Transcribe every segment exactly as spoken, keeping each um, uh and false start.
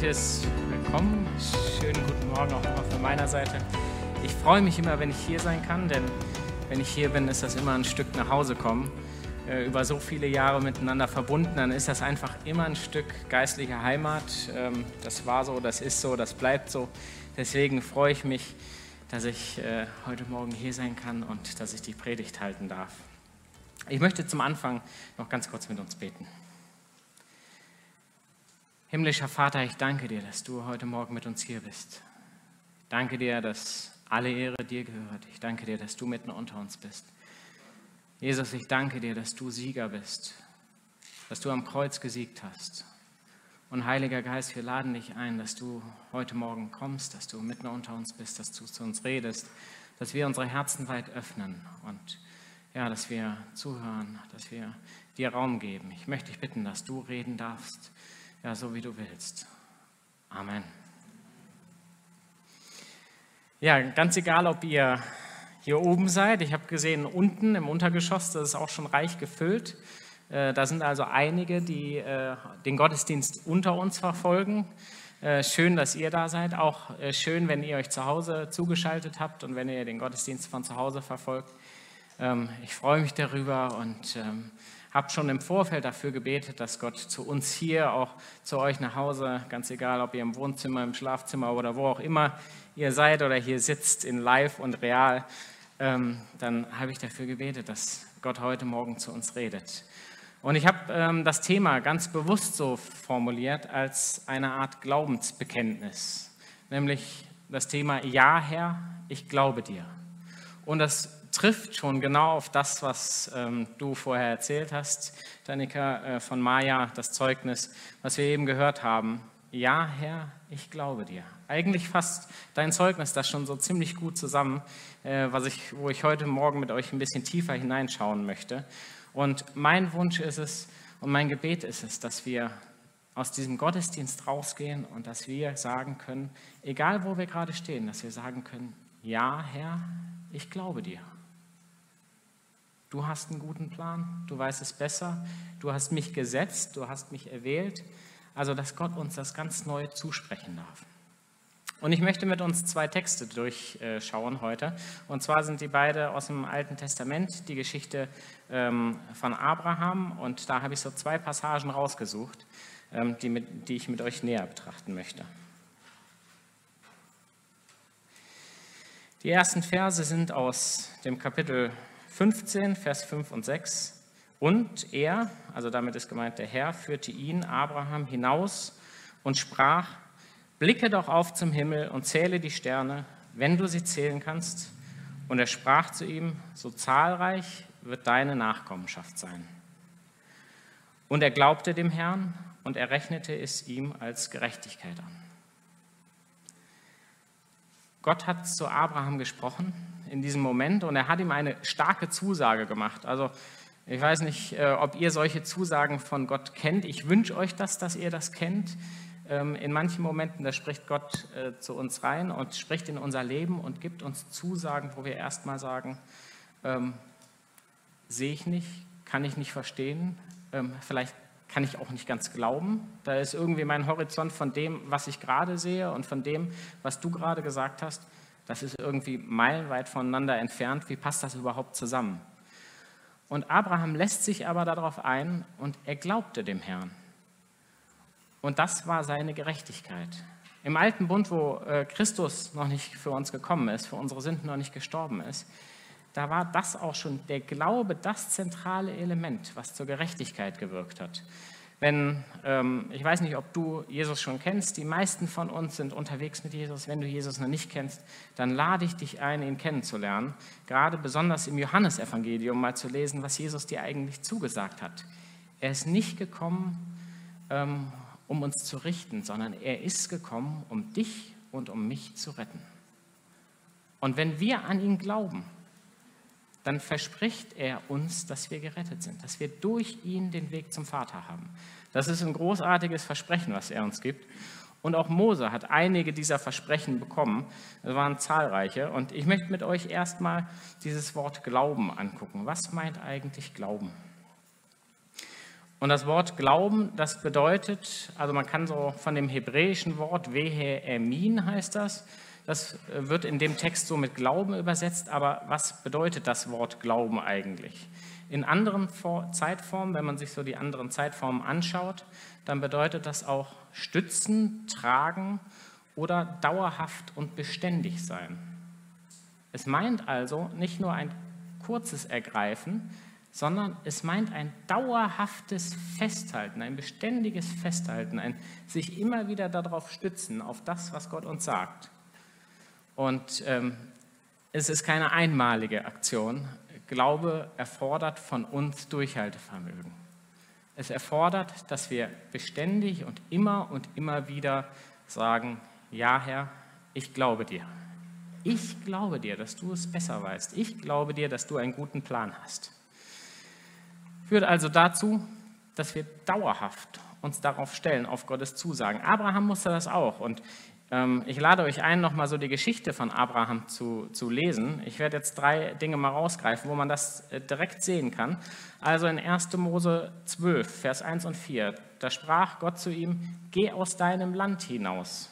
herzliches Willkommen, schönen guten Morgen auch immer von meiner Seite. Ich freue mich immer, wenn ich hier sein kann, denn wenn ich hier bin, ist das immer ein Stück nach Hause kommen. Äh, über so viele Jahre miteinander verbunden, dann ist das einfach immer ein Stück geistliche Heimat. Ähm, das war so, das ist so, das bleibt so. Deswegen freue ich mich, dass ich äh, heute Morgen hier sein kann und dass ich die Predigt halten darf. Ich möchte zum Anfang noch ganz kurz mit uns beten. Himmlischer Vater, ich danke dir, dass du heute Morgen mit uns hier bist. Ich danke dir, dass alle Ehre dir gehört. Ich danke dir, dass du mitten unter uns bist. Jesus, ich danke dir, dass du Sieger bist, dass du am Kreuz gesiegt hast. Und Heiliger Geist, wir laden dich ein, dass du heute Morgen kommst, dass du mitten unter uns bist, dass du zu uns redest, dass wir unsere Herzen weit öffnen und ja, dass wir zuhören, dass wir dir Raum geben. Ich möchte dich bitten, dass du reden darfst, ja, so wie du willst. Amen. Ja, ganz egal, ob ihr hier oben seid. Ich habe gesehen, unten im Untergeschoss, das ist auch schon reich gefüllt. Äh, da sind also einige, die äh, den Gottesdienst unter uns verfolgen. Äh, schön, dass ihr da seid. Auch äh, schön, wenn ihr euch zu Hause zugeschaltet habt und wenn ihr den Gottesdienst von zu Hause verfolgt. Ähm, ich freue mich darüber und ähm, habe schon im Vorfeld dafür gebetet, dass Gott zu uns hier, auch zu euch nach Hause, ganz egal, ob ihr im Wohnzimmer, im Schlafzimmer oder wo auch immer ihr seid oder hier sitzt in live und real, ähm, dann habe ich dafür gebetet, dass Gott heute Morgen zu uns redet. Und ich habe ähm, das Thema ganz bewusst so formuliert als eine Art Glaubensbekenntnis, nämlich das Thema Ja, Herr, ich glaube dir. Und das trifft schon genau auf das, was ähm, du vorher erzählt hast, Danika, äh, von Maja, das Zeugnis, was wir eben gehört haben. Ja, Herr, ich glaube dir. Eigentlich fasst dein Zeugnis das schon so ziemlich gut zusammen, äh, was ich, wo ich heute Morgen mit euch ein bisschen tiefer hineinschauen möchte. Und mein Wunsch ist es und mein Gebet ist es, dass wir aus diesem Gottesdienst rausgehen und dass wir sagen können, egal wo wir gerade stehen, dass wir sagen können, ja, Herr, ich glaube dir. Du hast einen guten Plan, du weißt es besser, du hast mich gesetzt, du hast mich erwählt, also dass Gott uns das ganz neu zusprechen darf. Und ich möchte mit uns zwei Texte durchschauen heute, und zwar sind die beide aus dem Alten Testament, die Geschichte ähm, von Abraham, und da habe ich so zwei Passagen rausgesucht, ähm, die, mit, die ich mit euch näher betrachten möchte. Die ersten Verse sind aus dem Kapitel fünfzehn, Vers fünf und sechs. Und er, also damit ist gemeint der Herr, führte ihn, Abraham, hinaus und sprach, blicke doch auf zum Himmel und zähle die Sterne, wenn du sie zählen kannst. Und er sprach zu ihm, so zahlreich wird deine Nachkommenschaft sein. Und er glaubte dem Herrn und er rechnete es ihm als Gerechtigkeit an. Gott hat zu Abraham gesprochen in diesem Moment und er hat ihm eine starke Zusage gemacht. Also ich weiß nicht, ob ihr solche Zusagen von Gott kennt. Ich wünsche euch das, dass ihr das kennt. In manchen Momenten, da spricht Gott zu uns rein und spricht in unser Leben und gibt uns Zusagen, wo wir erstmal sagen, ähm, sehe ich nicht, kann ich nicht verstehen, ähm, vielleicht kann ich auch nicht ganz glauben. Da ist irgendwie mein Horizont von dem, was ich gerade sehe und von dem, was du gerade gesagt hast, das ist irgendwie meilenweit voneinander entfernt. Wie passt das überhaupt zusammen? Und Abraham lässt sich aber darauf ein und er glaubte dem Herrn. Und das war seine Gerechtigkeit. Im Alten Bund, wo Christus noch nicht für uns gekommen ist, für unsere Sünden noch nicht gestorben ist, da war das auch schon der Glaube das zentrale Element, was zur Gerechtigkeit gewirkt hat. Wenn, ähm, ich weiß nicht, ob du Jesus schon kennst, die meisten von uns sind unterwegs mit Jesus. Wenn du Jesus noch nicht kennst, dann lade ich dich ein, ihn kennenzulernen. Gerade besonders im Johannesevangelium mal zu lesen, was Jesus dir eigentlich zugesagt hat. Er ist nicht gekommen, ähm, um uns zu richten, sondern er ist gekommen, um dich und um mich zu retten. Und wenn wir an ihn glauben, dann verspricht er uns, dass wir gerettet sind, dass wir durch ihn den Weg zum Vater haben. Das ist ein großartiges Versprechen, was er uns gibt. Und auch Mose hat einige dieser Versprechen bekommen. Es waren zahlreiche. Und ich möchte mit euch erstmal dieses Wort Glauben angucken. Was meint eigentlich Glauben? Und das Wort Glauben, das bedeutet, also man kann so von dem hebräischen Wort Vehe Emin heißt das, das wird in dem Text so mit Glauben übersetzt, aber was bedeutet das Wort Glauben eigentlich? In anderen Zeitformen, wenn man sich so die anderen Zeitformen anschaut, dann bedeutet das auch stützen, tragen oder dauerhaft und beständig sein. Es meint also nicht nur ein kurzes Ergreifen, sondern es meint ein dauerhaftes Festhalten, ein beständiges Festhalten, ein sich immer wieder darauf stützen, auf das, was Gott uns sagt. Und ähm, es ist keine einmalige Aktion. Glaube erfordert von uns Durchhaltevermögen. Es erfordert, dass wir beständig und immer und immer wieder sagen, ja Herr, ich glaube dir. Ich glaube dir, dass du es besser weißt. Ich glaube dir, dass du einen guten Plan hast. Führt also dazu, dass wir dauerhaft uns darauf stellen, auf Gottes Zusagen. Abraham musste das auch. Und ähm, ich lade euch ein, nochmal so die Geschichte von Abraham zu, zu lesen. Ich werde jetzt drei Dinge mal rausgreifen, wo man das äh, direkt sehen kann. Also in erster Mose zwölf, Vers eins und vier, da sprach Gott zu ihm, geh aus deinem Land hinaus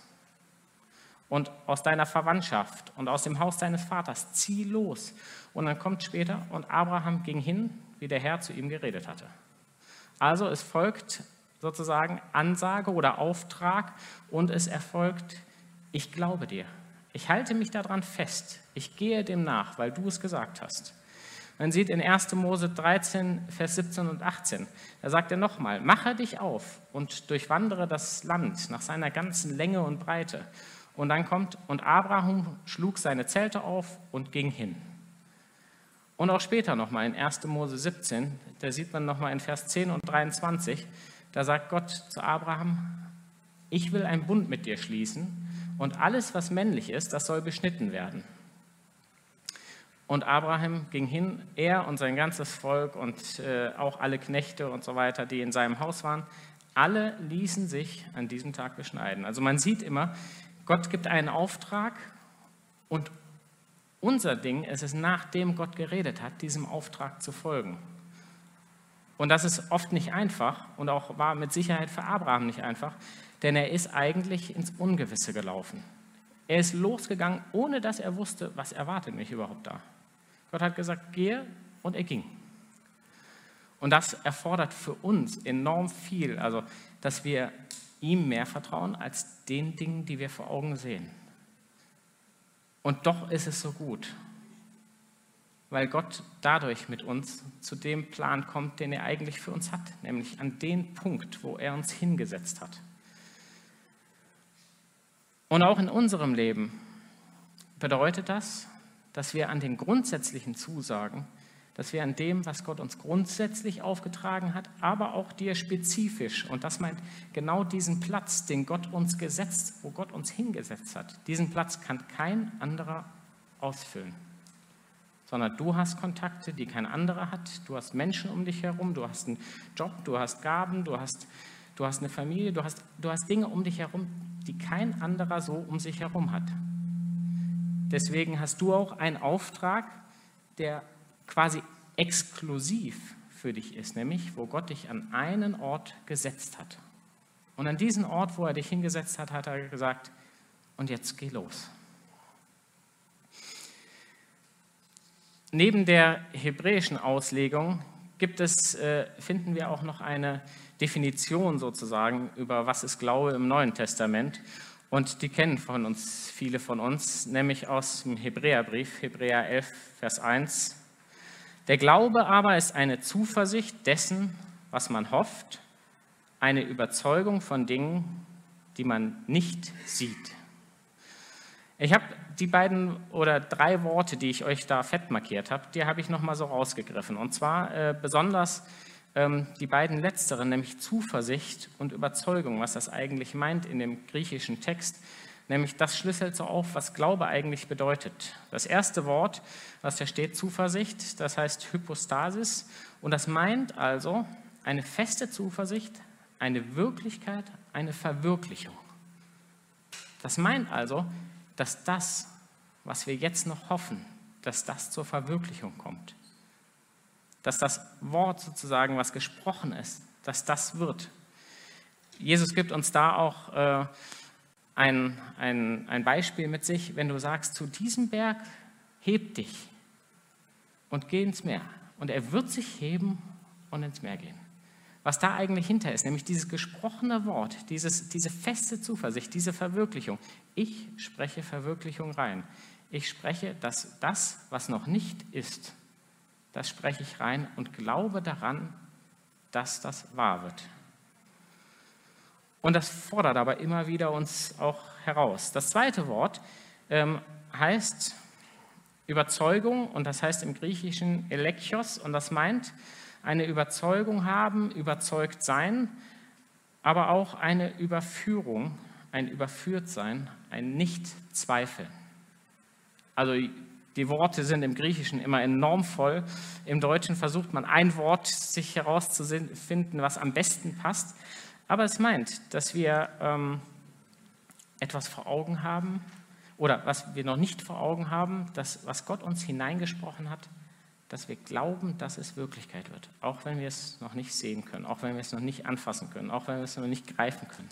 und aus deiner Verwandtschaft und aus dem Haus deines Vaters, zieh los. Und dann kommt später, und Abraham ging hin, wie der Herr zu ihm geredet hatte. Also es folgt sozusagen Ansage oder Auftrag und es erfolgt, ich glaube dir. Ich halte mich daran fest. Ich gehe dem nach, weil du es gesagt hast. Man sieht in erster Mose dreizehn, Vers siebzehn und achtzehn, da sagt er nochmal, mache dich auf und durchwandere das Land nach seiner ganzen Länge und Breite. Und dann kommt, und Abraham schlug seine Zelte auf und ging hin. Und auch später nochmal in erster Mose siebzehn, da sieht man nochmal in Vers zehn und dreiundzwanzig, da sagt Gott zu Abraham, ich will einen Bund mit dir schließen und alles, was männlich ist, das soll beschnitten werden. Und Abraham ging hin, er und sein ganzes Volk und äh, auch alle Knechte und so weiter, die in seinem Haus waren, alle ließen sich an diesem Tag beschneiden. Also man sieht immer, Gott gibt einen Auftrag und unser Ding ist es, nachdem Gott geredet hat, diesem Auftrag zu folgen. Und das ist oft nicht einfach und auch war mit Sicherheit für Abraham nicht einfach, denn er ist eigentlich ins Ungewisse gelaufen. Er ist losgegangen, ohne dass er wusste, was erwartet mich überhaupt da. Gott hat gesagt, gehe, und er ging. Und das erfordert für uns enorm viel, also dass wir ihm mehr vertrauen als den Dingen, die wir vor Augen sehen. Und doch ist es so gut, weil Gott dadurch mit uns zu dem Plan kommt, den er eigentlich für uns hat, nämlich an den Punkt, wo er uns hingesetzt hat. Und auch in unserem Leben bedeutet das, dass wir an den grundsätzlichen Zusagen, dass wir an dem, was Gott uns grundsätzlich aufgetragen hat, aber auch dir spezifisch, und das meint genau diesen Platz, den Gott uns gesetzt, wo Gott uns hingesetzt hat, diesen Platz kann kein anderer ausfüllen, sondern du hast Kontakte, die kein anderer hat, du hast Menschen um dich herum, du hast einen Job, du hast Gaben, du hast, du hast eine Familie, du hast, du hast Dinge um dich herum, die kein anderer so um sich herum hat. Deswegen hast du auch einen Auftrag, der quasi exklusiv für dich ist, nämlich wo Gott dich an einen Ort gesetzt hat. Und an diesen Ort, wo er dich hingesetzt hat, hat er gesagt, und jetzt geh los. Neben der hebräischen Auslegung gibt es, äh, finden wir auch noch eine Definition sozusagen über was ist Glaube im Neuen Testament. Und die kennen von uns, viele von uns, nämlich aus dem Hebräerbrief, Hebräer elf, Vers eins. Der Glaube aber ist eine Zuversicht dessen, was man hofft, eine Überzeugung von Dingen, die man nicht sieht. Ich habe die beiden oder drei Worte, die ich euch da fett markiert habe, die habe ich nochmal so rausgegriffen. Und zwar äh, besonders ähm, die beiden letzteren, nämlich Zuversicht und Überzeugung, was das eigentlich meint in dem griechischen Text. Nämlich das schlüsselt so auf, was Glaube eigentlich bedeutet. Das erste Wort, was da steht, Zuversicht, das heißt Hypostasis. Und das meint also eine feste Zuversicht, eine Wirklichkeit, eine Verwirklichung. Das meint also, dass das, was wir jetzt noch hoffen, dass das zur Verwirklichung kommt. Dass das Wort sozusagen, was gesprochen ist, dass das wird. Jesus gibt uns da auch äh, ein, ein, ein Beispiel mit sich, wenn du sagst, zu diesem Berg heb dich und geh ins Meer. Und er wird sich heben und ins Meer gehen. Was da eigentlich hinter ist, nämlich dieses gesprochene Wort, dieses, diese feste Zuversicht, diese Verwirklichung. Ich spreche Verwirklichung rein. Ich spreche, dass das, was noch nicht ist, das spreche ich rein und glaube daran, dass das wahr wird. Und das fordert aber immer wieder uns auch heraus. Das zweite Wort ähm, heißt Überzeugung und das heißt im Griechischen Elekios und das meint eine Überzeugung haben, überzeugt sein, aber auch eine Überführung, ein Überführtsein, ein Nicht-Zweifeln. Also die Worte sind im Griechischen immer enorm voll. Im Deutschen versucht man ein Wort sich herauszufinden, was am besten passt. Aber es meint, dass wir ähm, etwas vor Augen haben oder was wir noch nicht vor Augen haben, das, was Gott uns hineingesprochen hat, dass wir glauben, dass es Wirklichkeit wird. Auch wenn wir es noch nicht sehen können, auch wenn wir es noch nicht anfassen können, auch wenn wir es noch nicht greifen können.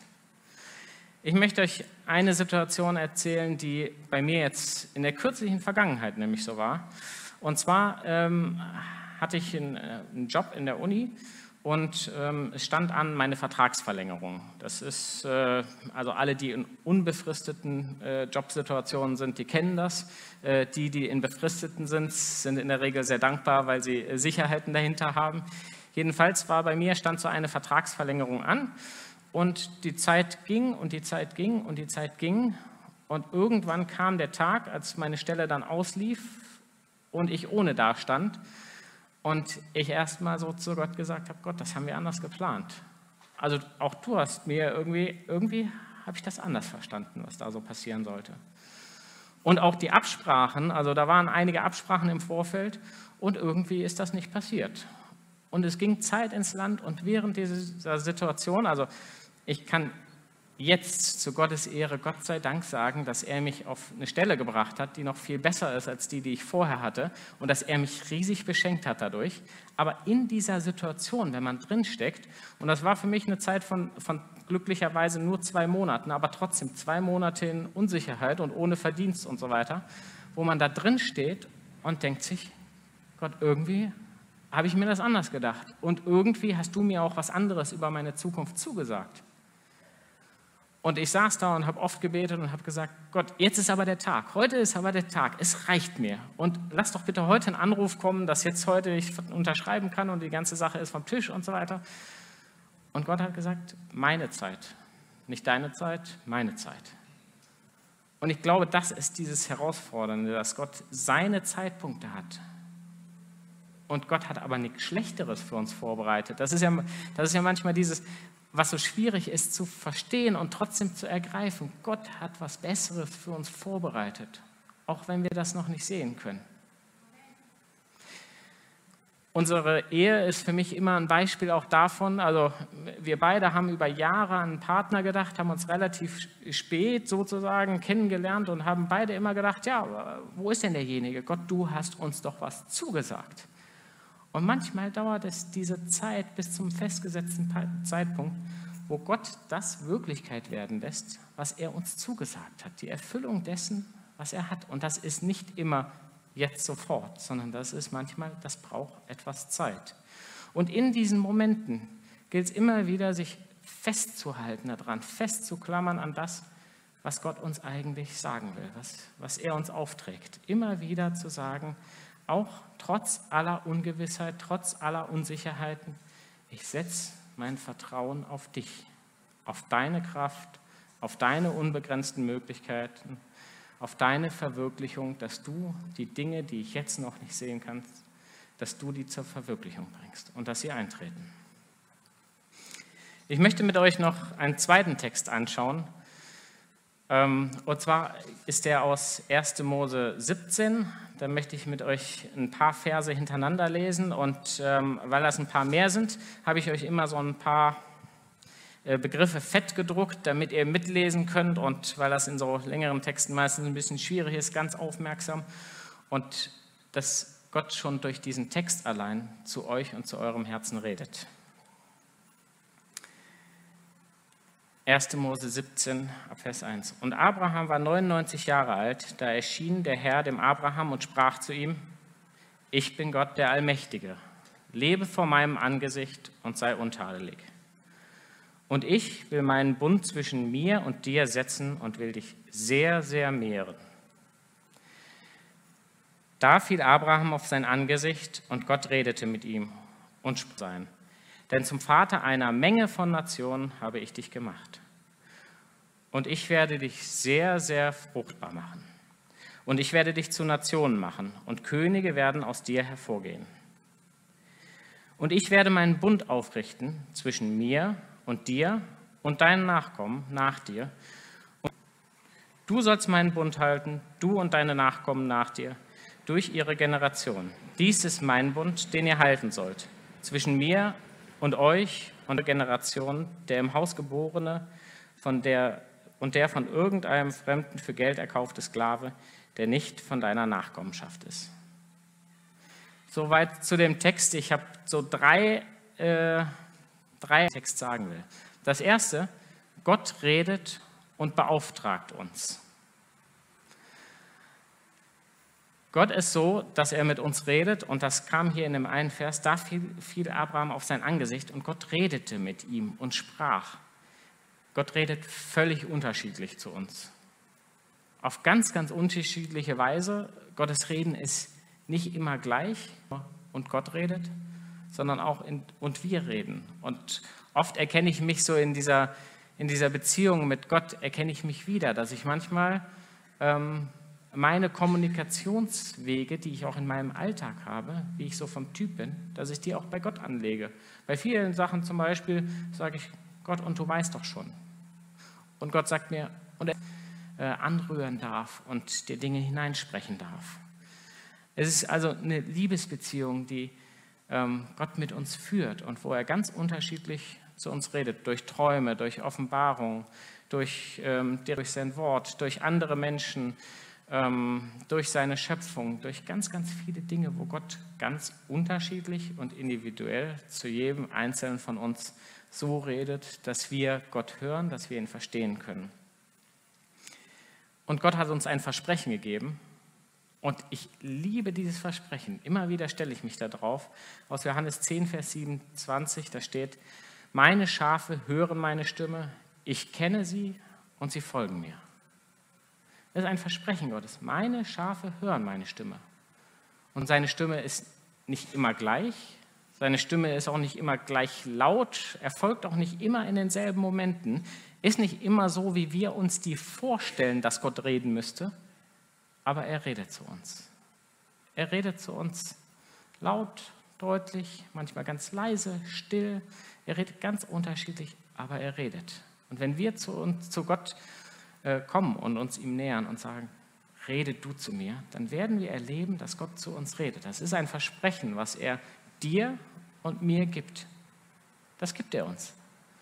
Ich möchte euch eine Situation erzählen, die bei mir jetzt in der kürzlichen Vergangenheit nämlich so war. Und zwar ähm, hatte ich einen, äh, einen Job in der Uni und ähm, es stand an meine Vertragsverlängerung. Das ist, äh, also alle, die in unbefristeten äh, Jobsituationen sind, die kennen das. Äh, die, die in befristeten sind, sind in der Regel sehr dankbar, weil sie äh, Sicherheiten dahinter haben. Jedenfalls war bei mir, stand so eine Vertragsverlängerung an. Und die Zeit ging und die Zeit ging und die Zeit ging. Und irgendwann kam der Tag, als meine Stelle dann auslief und ich ohne da stand. Und ich erst mal so zu Gott gesagt habe, Gott, das haben wir anders geplant. Also auch du hast mir irgendwie, irgendwie habe ich das anders verstanden, was da so passieren sollte. Und auch die Absprachen, also da waren einige Absprachen im Vorfeld und irgendwie ist das nicht passiert. Und es ging Zeit ins Land und während dieser Situation, also ich kann jetzt zu Gottes Ehre, Gott sei Dank sagen, dass er mich auf eine Stelle gebracht hat, die noch viel besser ist als die, die ich vorher hatte und dass er mich riesig beschenkt hat dadurch. Aber in dieser Situation, wenn man drinsteckt, und das war für mich eine Zeit von, von glücklicherweise nur zwei Monaten, aber trotzdem zwei Monate in Unsicherheit und ohne Verdienst und so weiter, wo man da drin steht und denkt sich, Gott, irgendwie habe ich mir das anders gedacht und irgendwie hast du mir auch was anderes über meine Zukunft zugesagt. Und ich saß da und habe oft gebetet und habe gesagt, Gott, jetzt ist aber der Tag, heute ist aber der Tag, es reicht mir. Und lass doch bitte heute einen Anruf kommen, dass jetzt heute ich unterschreiben kann und die ganze Sache ist vom Tisch und so weiter. Und Gott hat gesagt, meine Zeit, nicht deine Zeit, meine Zeit. Und ich glaube, das ist dieses Herausfordernde, dass Gott seine Zeitpunkte hat. Und Gott hat aber nichts Schlechteres für uns vorbereitet. Das ist ja, das ist ja manchmal dieses, was so schwierig ist zu verstehen und trotzdem zu ergreifen. Gott hat was Besseres für uns vorbereitet, auch wenn wir das noch nicht sehen können. Unsere Ehe ist für mich immer ein Beispiel auch davon, also wir beide haben über Jahre an einen Partner gedacht, haben uns relativ spät sozusagen kennengelernt und haben beide immer gedacht, ja, wo ist denn derjenige? Gott, du hast uns doch was zugesagt. Und manchmal dauert es diese Zeit bis zum festgesetzten Zeitpunkt, wo Gott das Wirklichkeit werden lässt, was er uns zugesagt hat, die Erfüllung dessen, was er hat. Und das ist nicht immer jetzt sofort, sondern das ist manchmal, das braucht etwas Zeit. Und in diesen Momenten gilt es immer wieder, sich festzuhalten daran, festzuklammern an das, was Gott uns eigentlich sagen will, was, was er uns aufträgt. Immer wieder zu sagen, auch trotz aller Ungewissheit, trotz aller Unsicherheiten, ich setze mein Vertrauen auf dich, auf deine Kraft, auf deine unbegrenzten Möglichkeiten, auf deine Verwirklichung, dass du die Dinge, die ich jetzt noch nicht sehen kann, dass du die zur Verwirklichung bringst und dass sie eintreten. Ich möchte mit euch noch einen zweiten Text anschauen. Und zwar ist der aus erster Mose siebzehn. Da möchte ich mit euch ein paar Verse hintereinander lesen. Und ähm, weil das ein paar mehr sind, habe ich euch immer so ein paar äh, Begriffe fett gedruckt, damit ihr mitlesen könnt. Und weil das in so längeren Texten meistens ein bisschen schwierig ist, ganz aufmerksam. Und dass Gott schon durch diesen Text allein zu euch und zu eurem Herzen redet. erster Mose siebzehn, Vers eins. Und Abraham war neunundneunzig Jahre alt, da erschien der Herr dem Abraham und sprach zu ihm: Ich bin Gott, der Allmächtige. Lebe vor meinem Angesicht und sei untadelig. Und ich will meinen Bund zwischen mir und dir setzen und will dich sehr, sehr mehren. Da fiel Abraham auf sein Angesicht und Gott redete mit ihm und sprach sein. Denn zum Vater einer Menge von Nationen habe ich dich gemacht. Und ich werde dich sehr, sehr fruchtbar machen. Und ich werde dich zu Nationen machen und Könige werden aus dir hervorgehen. Und ich werde meinen Bund aufrichten zwischen mir und dir und deinen Nachkommen nach dir. Und du sollst meinen Bund halten, du und deine Nachkommen nach dir, durch ihre Generation. Dies ist mein Bund, den ihr halten sollt, zwischen mir und euch und der Generation, der im Haus geborene von der, und der von irgendeinem Fremden für Geld erkaufte Sklave, der nicht von deiner Nachkommenschaft ist. Soweit zu dem Text. Ich habe so drei, äh, drei Texte sagen will. Das erste: Gott redet und beauftragt uns. Gott ist so, dass er mit uns redet, und das kam hier in dem einen Vers, da fiel, fiel Abraham auf sein Angesicht und Gott redete mit ihm und sprach. Gott redet völlig unterschiedlich zu uns. Auf ganz, ganz unterschiedliche Weise. Gottes Reden ist nicht immer gleich und Gott redet, sondern auch in, und wir reden. Und oft erkenne ich mich so in dieser, in dieser Beziehung mit Gott, erkenne ich mich wieder, dass ich manchmal ähm, meine Kommunikationswege, die ich auch in meinem Alltag habe, wie ich so vom Typ bin, dass ich die auch bei Gott anlege. Bei vielen Sachen zum Beispiel sage ich: Gott, und du weißt doch schon. Und Gott sagt mir, und er äh, anrühren darf und dir Dinge hineinsprechen darf. Es ist also eine Liebesbeziehung, die ähm, Gott mit uns führt und wo er ganz unterschiedlich zu uns redet, durch Träume, durch Offenbarung, durch, ähm, durch sein Wort, durch andere Menschen, ähm, durch seine Schöpfung, durch ganz, ganz viele Dinge, wo Gott ganz unterschiedlich und individuell zu jedem Einzelnen von uns so redet, dass wir Gott hören, dass wir ihn verstehen können. Und Gott hat uns ein Versprechen gegeben. Und ich liebe dieses Versprechen. Immer wieder stelle ich mich da drauf. Aus Johannes zehn, Vers siebenundzwanzig, da steht: Meine Schafe hören meine Stimme, ich kenne sie und sie folgen mir. Das ist ein Versprechen Gottes. Meine Schafe hören meine Stimme. Und seine Stimme ist nicht immer gleich. Seine Stimme ist auch nicht immer gleich laut. Er folgt auch nicht immer in denselben Momenten. Ist nicht immer so, wie wir uns die vorstellen, dass Gott reden müsste. Aber er redet zu uns. Er redet zu uns laut, deutlich, manchmal ganz leise, still. Er redet ganz unterschiedlich, aber er redet. Und wenn wir zu, uns, zu Gott äh, kommen und uns ihm nähern und sagen: Rede du zu mir, dann werden wir erleben, dass Gott zu uns redet. Das ist ein Versprechen, was er dir und mir gibt. Das gibt er uns.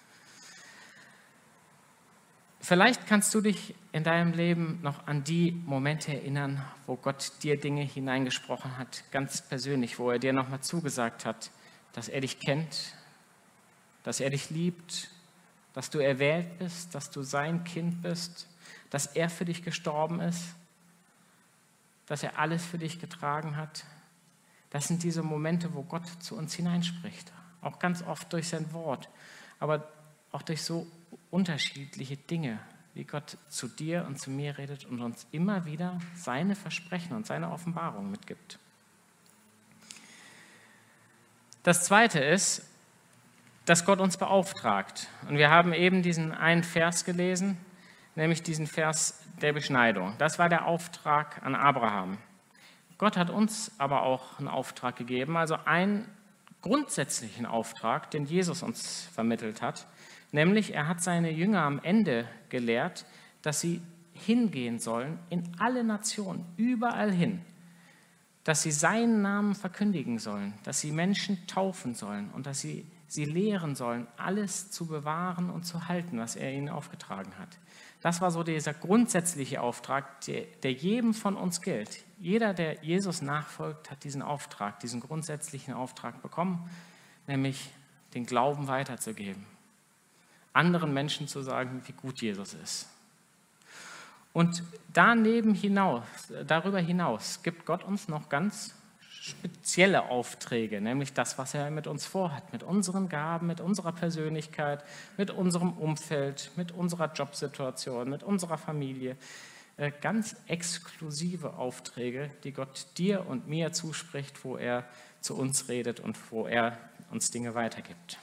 Vielleicht kannst du dich in deinem Leben noch an die Momente erinnern, wo Gott dir Dinge hineingesprochen hat, ganz persönlich, wo er dir nochmal zugesagt hat, dass er dich kennt, dass er dich liebt, dass du erwählt bist, dass du sein Kind bist, dass er für dich gestorben ist, dass er alles für dich getragen hat. Das sind diese Momente, wo Gott zu uns hineinspricht, auch ganz oft durch sein Wort, aber auch durch so unterschiedliche Dinge, wie Gott zu dir und zu mir redet und uns immer wieder seine Versprechen und seine Offenbarung mitgibt. Das Zweite ist, dass Gott uns beauftragt. Und wir haben eben diesen einen Vers gelesen, nämlich diesen Vers der Beschneidung. Das war der Auftrag an Abraham. Gott hat uns aber auch einen Auftrag gegeben, also einen grundsätzlichen Auftrag, den Jesus uns vermittelt hat. Nämlich, er hat seine Jünger am Ende gelehrt, dass sie hingehen sollen in alle Nationen, überall hin, dass sie seinen Namen verkündigen sollen, dass sie Menschen taufen sollen und dass sie sie lehren sollen, alles zu bewahren und zu halten, was er ihnen aufgetragen hat. Das war so dieser grundsätzliche Auftrag, der, der jedem von uns gilt. Jeder, der Jesus nachfolgt, hat diesen Auftrag, diesen grundsätzlichen Auftrag bekommen, nämlich den Glauben weiterzugeben. anderen Menschen zu sagen, wie gut Jesus ist. Und daneben hinaus, darüber hinaus gibt Gott uns noch ganz spezielle Aufträge, nämlich das, was er mit uns vorhat, mit unseren Gaben, mit unserer Persönlichkeit, mit unserem Umfeld, mit unserer Jobsituation, mit unserer Familie. Ganz exklusive Aufträge, die Gott dir und mir zuspricht, wo er zu uns redet und wo er uns Dinge weitergibt.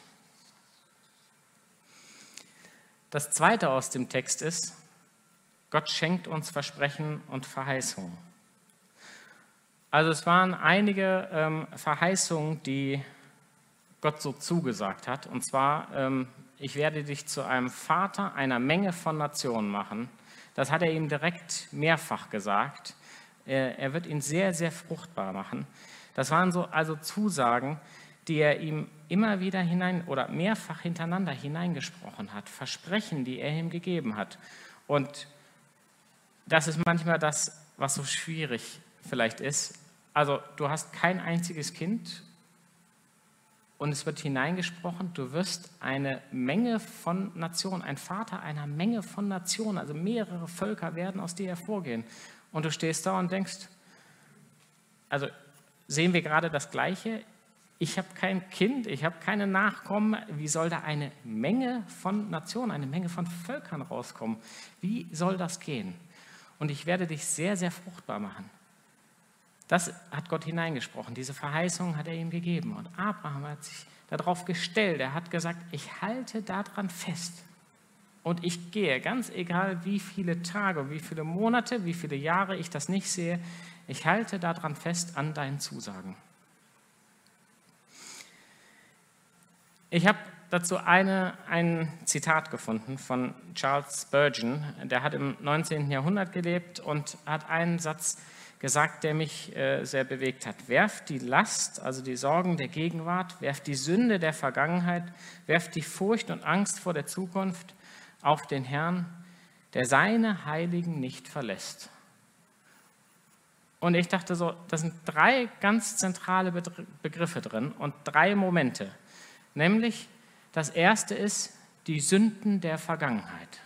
Das Zweite aus dem Text ist, Gott schenkt uns Versprechen und Verheißungen. Also es waren einige ähm, Verheißungen, die Gott so zugesagt hat. Und zwar, ähm, ich werde dich zu einem Vater einer Menge von Nationen machen. Das hat er ihm direkt mehrfach gesagt. Er, er wird ihn sehr, sehr fruchtbar machen. Das waren so also Zusagen, die er ihm immer wieder hinein oder mehrfach hintereinander hineingesprochen hat. Versprechen, die er ihm gegeben hat. Und das ist manchmal das, was so schwierig vielleicht ist. Also du hast kein einziges Kind und es wird hineingesprochen, du wirst eine Menge von Nationen, ein Vater einer Menge von Nationen, also mehrere Völker werden aus dir hervorgehen. Und du stehst da und denkst, also sehen wir gerade das Gleiche? Ich habe kein Kind, ich habe keine Nachkommen. Wie soll da eine Menge von Nationen, eine Menge von Völkern rauskommen? Wie soll das gehen? Und ich werde dich sehr, sehr fruchtbar machen. Das hat Gott hineingesprochen. Diese Verheißung hat er ihm gegeben. Und Abraham hat sich darauf gestellt. Er hat gesagt, ich halte daran fest. Und ich gehe, ganz egal wie viele Tage, wie viele Monate, wie viele Jahre ich das nicht sehe, ich halte daran fest an deinen Zusagen. Ich habe dazu eine, ein Zitat gefunden von Charles Spurgeon. Der hat im neunzehnten Jahrhundert gelebt und hat einen Satz gesagt, der mich äh, sehr bewegt hat. Werft die Last, also die Sorgen der Gegenwart, werft die Sünde der Vergangenheit, werft die Furcht und Angst vor der Zukunft auf den Herrn, der seine Heiligen nicht verlässt. Und ich dachte so, das sind drei ganz zentrale Begriffe drin und drei Momente. Nämlich, das erste ist die Sünden der Vergangenheit.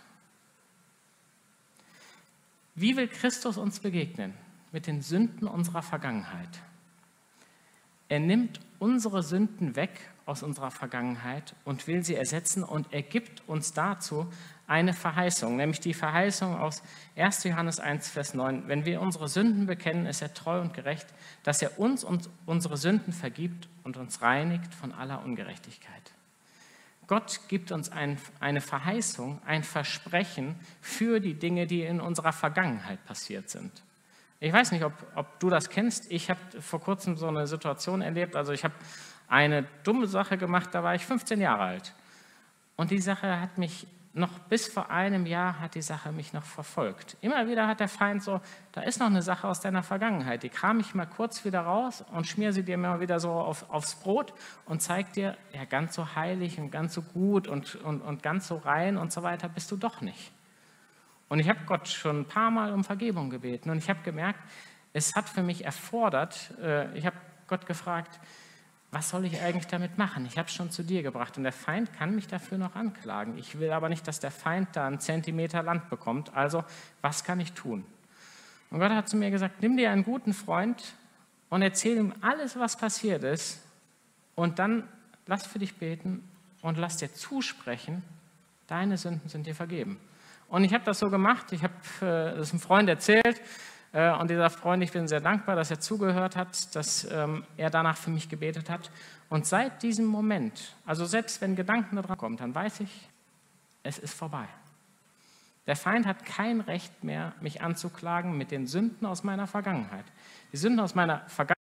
Wie will Christus uns begegnen? Mit den Sünden unserer Vergangenheit. Er nimmt unsere Sünden weg aus unserer Vergangenheit und will sie ersetzen und er gibt uns dazu eine Verheißung, nämlich die Verheißung aus erster Johannes eins, Vers neun. Wenn wir unsere Sünden bekennen, ist er treu und gerecht, dass er uns und unsere Sünden vergibt und uns reinigt von aller Ungerechtigkeit. Gott gibt uns ein, eine Verheißung, ein Versprechen für die Dinge, die in unserer Vergangenheit passiert sind. Ich weiß nicht, ob, ob du das kennst. Ich habe vor kurzem so eine Situation erlebt. Also ich habe eine dumme Sache gemacht, da war ich fünfzehn Jahre alt. Und die Sache hat mich noch bis vor einem Jahr, hat die Sache mich noch verfolgt. Immer wieder hat der Feind so, da ist noch eine Sache aus deiner Vergangenheit, die kram ich mal kurz wieder raus und schmier sie dir mal wieder so auf, aufs Brot und zeig dir, ja ganz so heilig und ganz so gut und, und, und ganz so rein und so weiter bist du doch nicht. Und ich habe Gott schon ein paar Mal um Vergebung gebeten und ich habe gemerkt, es hat für mich erfordert, äh, ich habe Gott gefragt, was soll ich eigentlich damit machen? Ich habe es schon zu dir gebracht und der Feind kann mich dafür noch anklagen. Ich will aber nicht, dass der Feind da einen Zentimeter Land bekommt, also was kann ich tun? Und Gott hat zu mir gesagt, nimm dir einen guten Freund und erzähl ihm alles, was passiert ist und dann lass für dich beten und lass dir zusprechen, deine Sünden sind dir vergeben. Und ich habe das so gemacht, ich habe äh, das einem Freund erzählt äh, und dieser Freund, ich bin sehr dankbar, dass er zugehört hat, dass ähm, er danach für mich gebetet hat. Und seit diesem Moment, also selbst wenn Gedanken da dran kommen, dann weiß ich, es ist vorbei. Der Feind hat kein Recht mehr, mich anzuklagen mit den Sünden aus meiner Vergangenheit. Die Sünden aus meiner Vergangenheit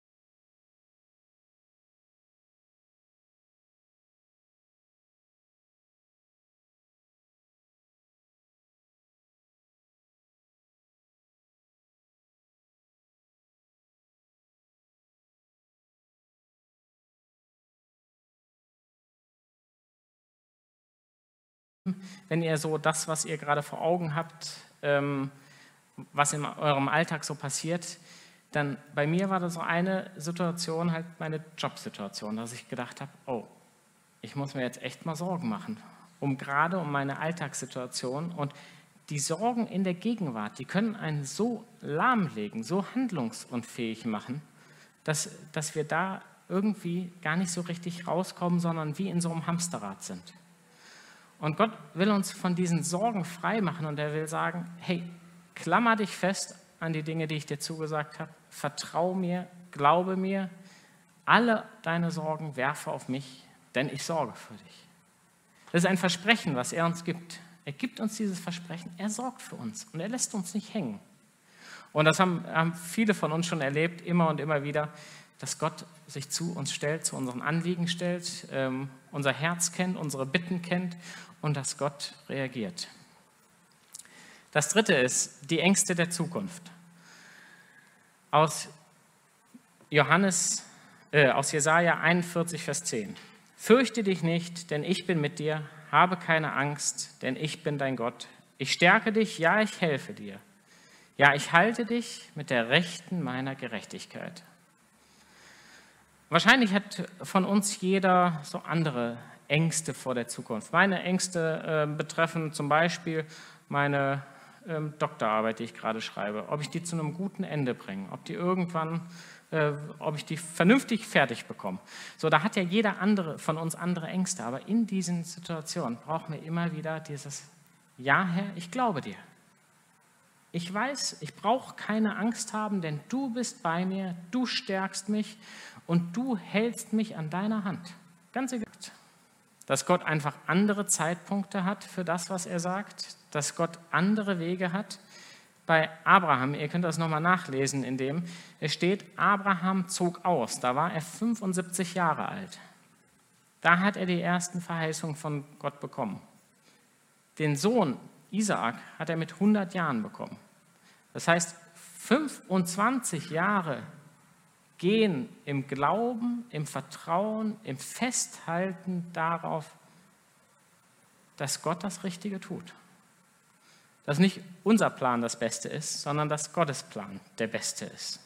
wenn ihr so das, was ihr gerade vor Augen habt, ähm, was in eurem Alltag so passiert, dann bei mir war das so eine Situation, halt meine Jobsituation, dass ich gedacht habe, oh, ich muss mir jetzt echt mal Sorgen machen. um gerade um meine Alltagssituation. Und die Sorgen in der Gegenwart, die können einen so lahmlegen, so handlungsunfähig machen, dass, dass wir da irgendwie gar nicht so richtig rauskommen, sondern wie in so einem Hamsterrad sind. Und Gott will uns von diesen Sorgen frei machen und er will sagen, hey, klammer dich fest an die Dinge, die ich dir zugesagt habe, vertrau mir, glaube mir, alle deine Sorgen werfe auf mich, denn ich sorge für dich. Das ist ein Versprechen, was er uns gibt. Er gibt uns dieses Versprechen, er sorgt für uns und er lässt uns nicht hängen. Und das haben, haben viele von uns schon erlebt, immer und immer wieder, dass Gott sich zu uns stellt, zu unseren Anliegen stellt, ähm, unser Herz kennt, unsere Bitten kennt und dass Gott reagiert. Das dritte ist die Ängste der Zukunft. Aus Johannes, äh, aus Jesaja einundvierzig, Vers zehn. Fürchte dich nicht, denn ich bin mit dir. Habe keine Angst, denn ich bin dein Gott. Ich stärke dich, ja, ich helfe dir. Ja, ich halte dich mit der Rechten meiner Gerechtigkeit. Wahrscheinlich hat von uns jeder so andere Ängste vor der Zukunft. Meine Ängste äh, betreffen zum Beispiel meine ähm, Doktorarbeit, die ich gerade schreibe, ob ich die zu einem guten Ende bringe, ob die irgendwann, äh, ob ich die vernünftig fertig bekomme. So, da hat ja jeder andere von uns andere Ängste, aber in diesen Situationen brauchen wir immer wieder dieses Ja, Herr, ich glaube dir. Ich weiß, ich brauche keine Angst haben, denn du bist bei mir, du stärkst mich und du hältst mich an deiner Hand. Ganz egal. Dass Gott einfach andere Zeitpunkte hat für das, was er sagt, dass Gott andere Wege hat. Bei Abraham, ihr könnt das nochmal nachlesen, in dem es steht, Abraham zog aus, da war er fünfundsiebzig Jahre alt. Da hat er die ersten Verheißungen von Gott bekommen. Den Sohn Isaak hat er mit hundert Jahren bekommen. Das heißt, fünfundzwanzig Jahre gehen im Glauben, im Vertrauen, im Festhalten darauf, dass Gott das Richtige tut. Dass nicht unser Plan das Beste ist, sondern dass Gottes Plan der Beste ist.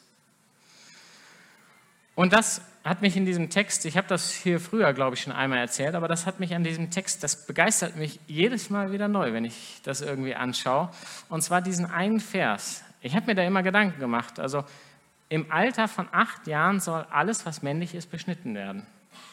Und das hat mich in diesem Text, ich habe das hier früher, glaube ich, schon einmal erzählt, aber das hat mich an diesem Text, das begeistert mich jedes Mal wieder neu, wenn ich das irgendwie anschaue. Und zwar diesen einen Vers. Ich habe mir da immer Gedanken gemacht. Also im Alter von acht Jahren soll alles, was männlich ist, beschnitten werden.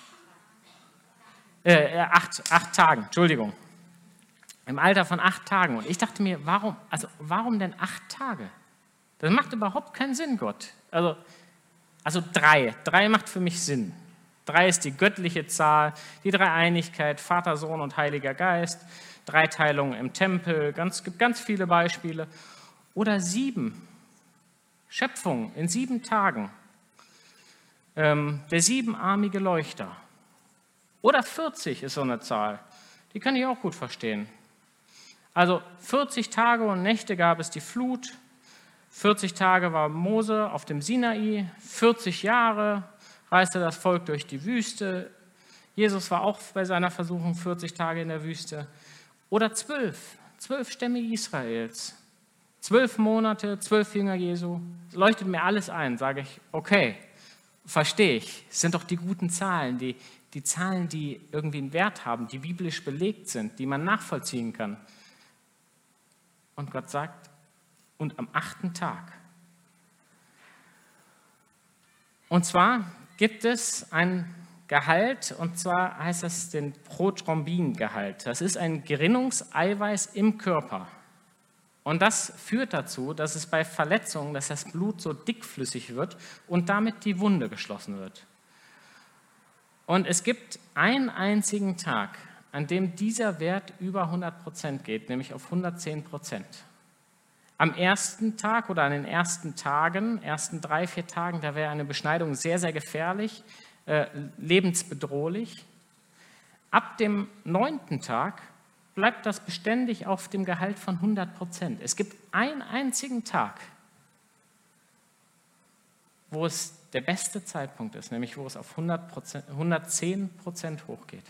Äh, acht, acht Tagen, Entschuldigung. Im Alter von acht Tagen. Und ich dachte mir, warum, also warum denn acht Tage? Das macht überhaupt keinen Sinn, Gott. Also Also drei. Drei macht für mich Sinn. Drei ist die göttliche Zahl, die Dreieinigkeit, Vater, Sohn und Heiliger Geist, Dreiteilung im Tempel, es gibt ganz viele Beispiele. Oder sieben. Schöpfung in sieben Tagen. Ähm, der siebenarmige Leuchter. Oder vierzig ist so eine Zahl. Die kann ich auch gut verstehen. Also vierzig Tage und Nächte gab es die Flut. vierzig Tage war Mose auf dem Sinai, vierzig Jahre reiste das Volk durch die Wüste. Jesus war auch bei seiner Versuchung vierzig Tage in der Wüste. Oder zwölf, zwölf Stämme Israels. Zwölf Monate, zwölf Jünger Jesu. Das leuchtet mir alles ein, sage ich, okay, verstehe ich. Es sind doch die guten Zahlen, die, die Zahlen, die irgendwie einen Wert haben, die biblisch belegt sind, die man nachvollziehen kann. Und Gott sagt, und am achten Tag. Und zwar gibt es ein Gehalt, und zwar heißt das den Prothrombingehalt. Das ist ein Gerinnungseiweiß im Körper. Und das führt dazu, dass es bei Verletzungen, dass das Blut so dickflüssig wird und damit die Wunde geschlossen wird. Und es gibt einen einzigen Tag, an dem dieser Wert über hundert Prozent geht, nämlich auf hundertzehn Prozent. Am ersten Tag oder an den ersten Tagen, ersten drei, vier Tagen, da wäre eine Beschneidung sehr, sehr gefährlich, äh, lebensbedrohlich. Ab dem neunten Tag bleibt das beständig auf dem Gehalt von hundert Prozent. Es gibt einen einzigen Tag, wo es der beste Zeitpunkt ist, nämlich wo es auf hundert Prozent, hundertzehn Prozent hochgeht.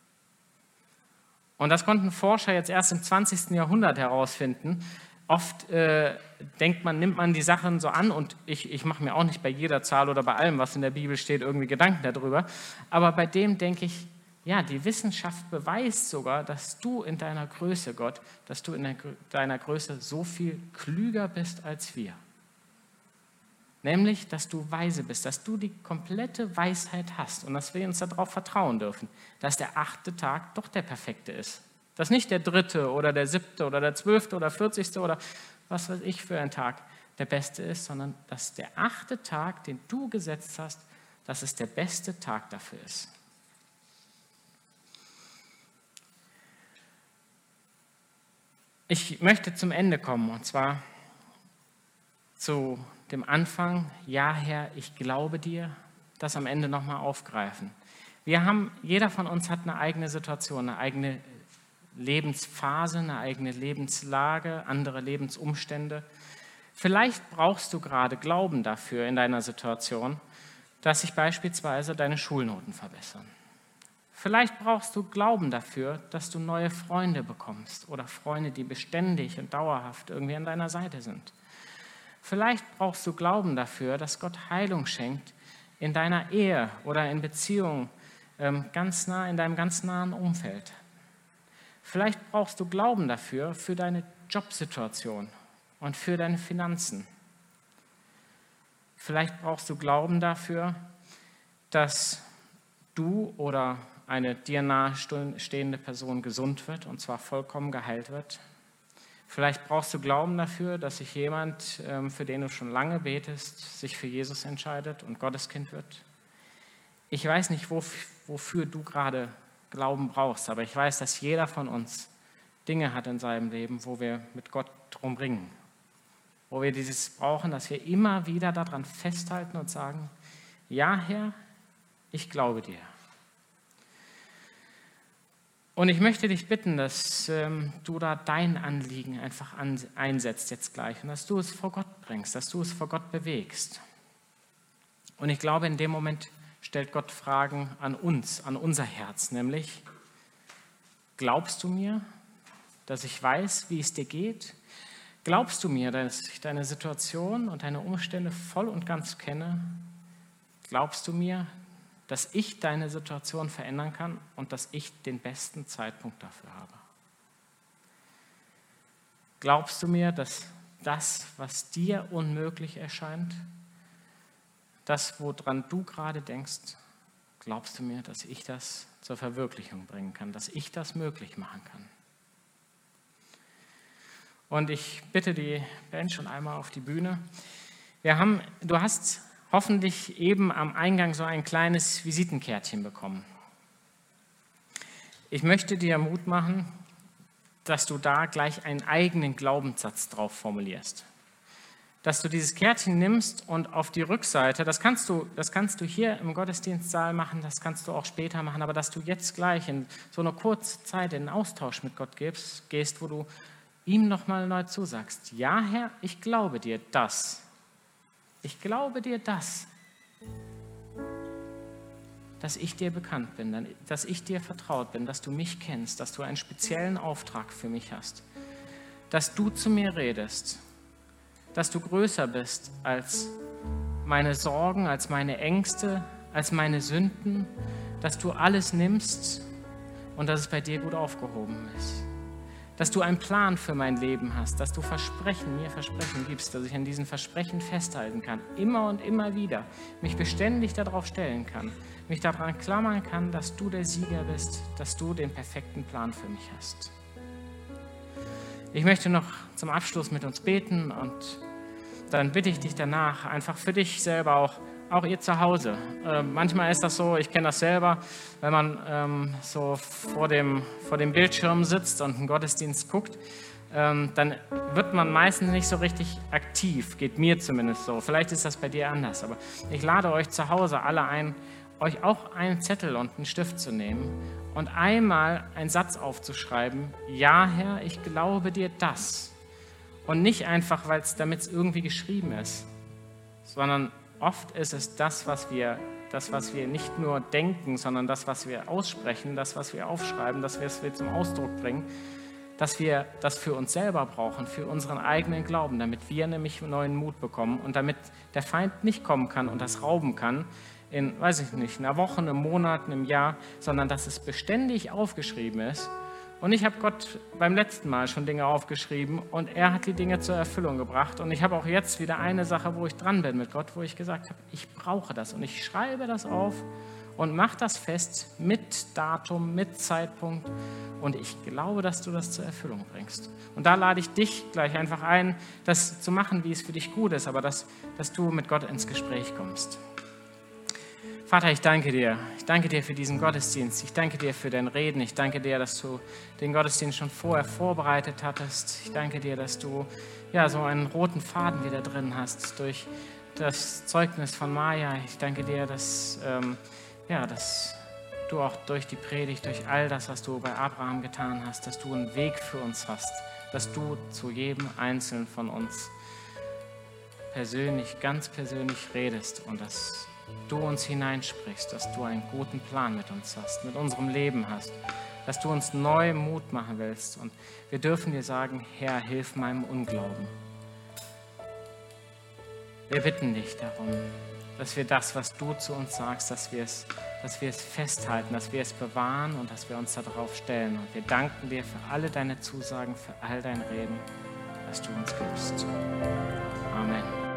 Und das konnten Forscher jetzt erst im zwanzigsten Jahrhundert herausfinden. Oft äh, denkt man, nimmt man die Sachen so an und ich, ich mache mir auch nicht bei jeder Zahl oder bei allem, was in der Bibel steht, irgendwie Gedanken darüber. Aber bei dem denke ich, ja, die Wissenschaft beweist sogar, dass du in deiner Größe, Gott, dass du in der, deiner Größe so viel klüger bist als wir. Nämlich, dass du weise bist, dass du die komplette Weisheit hast und dass wir uns darauf vertrauen dürfen, dass der achte Tag doch der perfekte ist. Dass nicht der dritte oder der siebte oder der zwölfte oder vierzigste oder was weiß ich für ein Tag der beste ist, sondern dass der achte Tag, den du gesetzt hast, dass es der beste Tag dafür ist. Ich möchte zum Ende kommen und zwar zu dem Anfang, ja Herr, ich glaube dir, das am Ende nochmal aufgreifen. Wir haben, jeder von uns hat eine eigene Situation, eine eigene Lebensphase, eine eigene Lebenslage, andere Lebensumstände. Vielleicht brauchst du gerade Glauben dafür in deiner Situation, dass sich beispielsweise deine Schulnoten verbessern. Vielleicht brauchst du Glauben dafür, dass du neue Freunde bekommst oder Freunde, die beständig und dauerhaft irgendwie an deiner Seite sind. Vielleicht brauchst du Glauben dafür, dass Gott Heilung schenkt in deiner Ehe oder in Beziehungen ganz nah, in deinem ganz nahen Umfeld. Vielleicht brauchst du Glauben dafür, für deine Jobsituation und für deine Finanzen. Vielleicht brauchst du Glauben dafür, dass du oder eine dir nahestehende Person gesund wird und zwar vollkommen geheilt wird. Vielleicht brauchst du Glauben dafür, dass sich jemand, für den du schon lange betest, sich für Jesus entscheidet und Gotteskind wird. Ich weiß nicht, wofür du gerade Glauben brauchst, aber ich weiß, dass jeder von uns Dinge hat in seinem Leben, wo wir mit Gott drum ringen. Wo wir dieses brauchen, dass wir immer wieder daran festhalten und sagen, ja Herr, ich glaube dir. Und ich möchte dich bitten, dass ähm, du da dein Anliegen einfach an, einsetzt jetzt gleich und dass du es vor Gott bringst, dass du es vor Gott bewegst. Und ich glaube, in dem Moment stellt Gott Fragen an uns, an unser Herz, nämlich, glaubst du mir, dass ich weiß, wie es dir geht? Glaubst du mir, dass ich deine Situation und deine Umstände voll und ganz kenne? Glaubst du mir, dass ich deine Situation verändern kann und dass ich den besten Zeitpunkt dafür habe? Glaubst du mir, dass das, was dir unmöglich erscheint, das, woran du gerade denkst, glaubst du mir, dass ich das zur Verwirklichung bringen kann, dass ich das möglich machen kann? Und ich bitte die Band schon einmal auf die Bühne. Wir haben, du hast hoffentlich eben am Eingang so ein kleines Visitenkärtchen bekommen. Ich möchte dir Mut machen, dass du da gleich einen eigenen Glaubenssatz drauf formulierst. Dass du dieses Kärtchen nimmst und auf die Rückseite, das kannst du, das kannst du hier im Gottesdienstsaal machen, das kannst du auch später machen, aber dass du jetzt gleich in so einer kurzen Zeit in einen Austausch mit Gott gehst, gehst, wo du ihm nochmal neu zusagst, ja Herr, ich glaube dir das. Ich glaube dir das, dass ich dir bekannt bin, dass ich dir vertraut bin, dass du mich kennst, dass du einen speziellen Auftrag für mich hast, dass du zu mir redest, dass du größer bist als meine Sorgen, als meine Ängste, als meine Sünden, dass du alles nimmst und dass es bei dir gut aufgehoben ist. Dass du einen Plan für mein Leben hast, dass du Versprechen, mir Versprechen gibst, dass ich an diesen Versprechen festhalten kann, immer und immer wieder, mich beständig darauf stellen kann, mich daran klammern kann, dass du der Sieger bist, dass du den perfekten Plan für mich hast. Ich möchte noch zum Abschluss mit uns beten und dann bitte ich dich danach einfach für dich selber auch, auch ihr zu Hause. Äh, manchmal ist das so, ich kenne das selber, wenn man ähm, so vor dem, vor dem Bildschirm sitzt und einen Gottesdienst guckt, ähm, dann wird man meistens nicht so richtig aktiv, geht mir zumindest so. Vielleicht ist das bei dir anders, aber ich lade euch zu Hause alle ein, euch auch einen Zettel und einen Stift zu nehmen und einmal einen Satz aufzuschreiben, ja Herr, ich glaube dir das. Und nicht einfach, weil es damit irgendwie geschrieben ist, sondern oft ist es das, was wir, das, was wir nicht nur denken, sondern das, was wir aussprechen, das, was wir aufschreiben, das, was wir zum Ausdruck bringen, dass wir das für uns selber brauchen, für unseren eigenen Glauben, damit wir nämlich neuen Mut bekommen und damit der Feind nicht kommen kann und das rauben kann, in, weiß ich nicht, einer Woche, einem Monat, einem Jahr, sondern dass es beständig aufgeschrieben ist. Und ich habe Gott beim letzten Mal schon Dinge aufgeschrieben und er hat die Dinge zur Erfüllung gebracht. Und ich habe auch jetzt wieder eine Sache, wo ich dran bin mit Gott, wo ich gesagt habe, ich brauche das. Und ich schreibe das auf und mache das fest mit Datum, mit Zeitpunkt. Und ich glaube, dass du das zur Erfüllung bringst. Und da lade ich dich gleich einfach ein, das zu machen, wie es für dich gut ist, aber dass, dass du mit Gott ins Gespräch kommst. Vater, ich danke dir. Ich danke dir für diesen Gottesdienst. Ich danke dir für dein Reden. Ich danke dir, dass du den Gottesdienst schon vorher vorbereitet hattest. Ich danke dir, dass du ja, so einen roten Faden wieder drin hast durch das Zeugnis von Maja. Ich danke dir, dass, ähm, ja, dass du auch durch die Predigt, durch all das, was du bei Abraham getan hast, dass du einen Weg für uns hast, dass du zu jedem Einzelnen von uns persönlich, ganz persönlich redest und dass du uns hineinsprichst, dass du einen guten Plan mit uns hast, mit unserem Leben hast, dass du uns neu Mut machen willst. Und wir dürfen dir sagen, Herr, hilf meinem Unglauben. Wir bitten dich darum, dass wir das, was du zu uns sagst, dass wir es, dass wir es festhalten, dass wir es bewahren und dass wir uns darauf stellen. Und wir danken dir für alle deine Zusagen, für all dein Reden, das du uns gibst. Amen.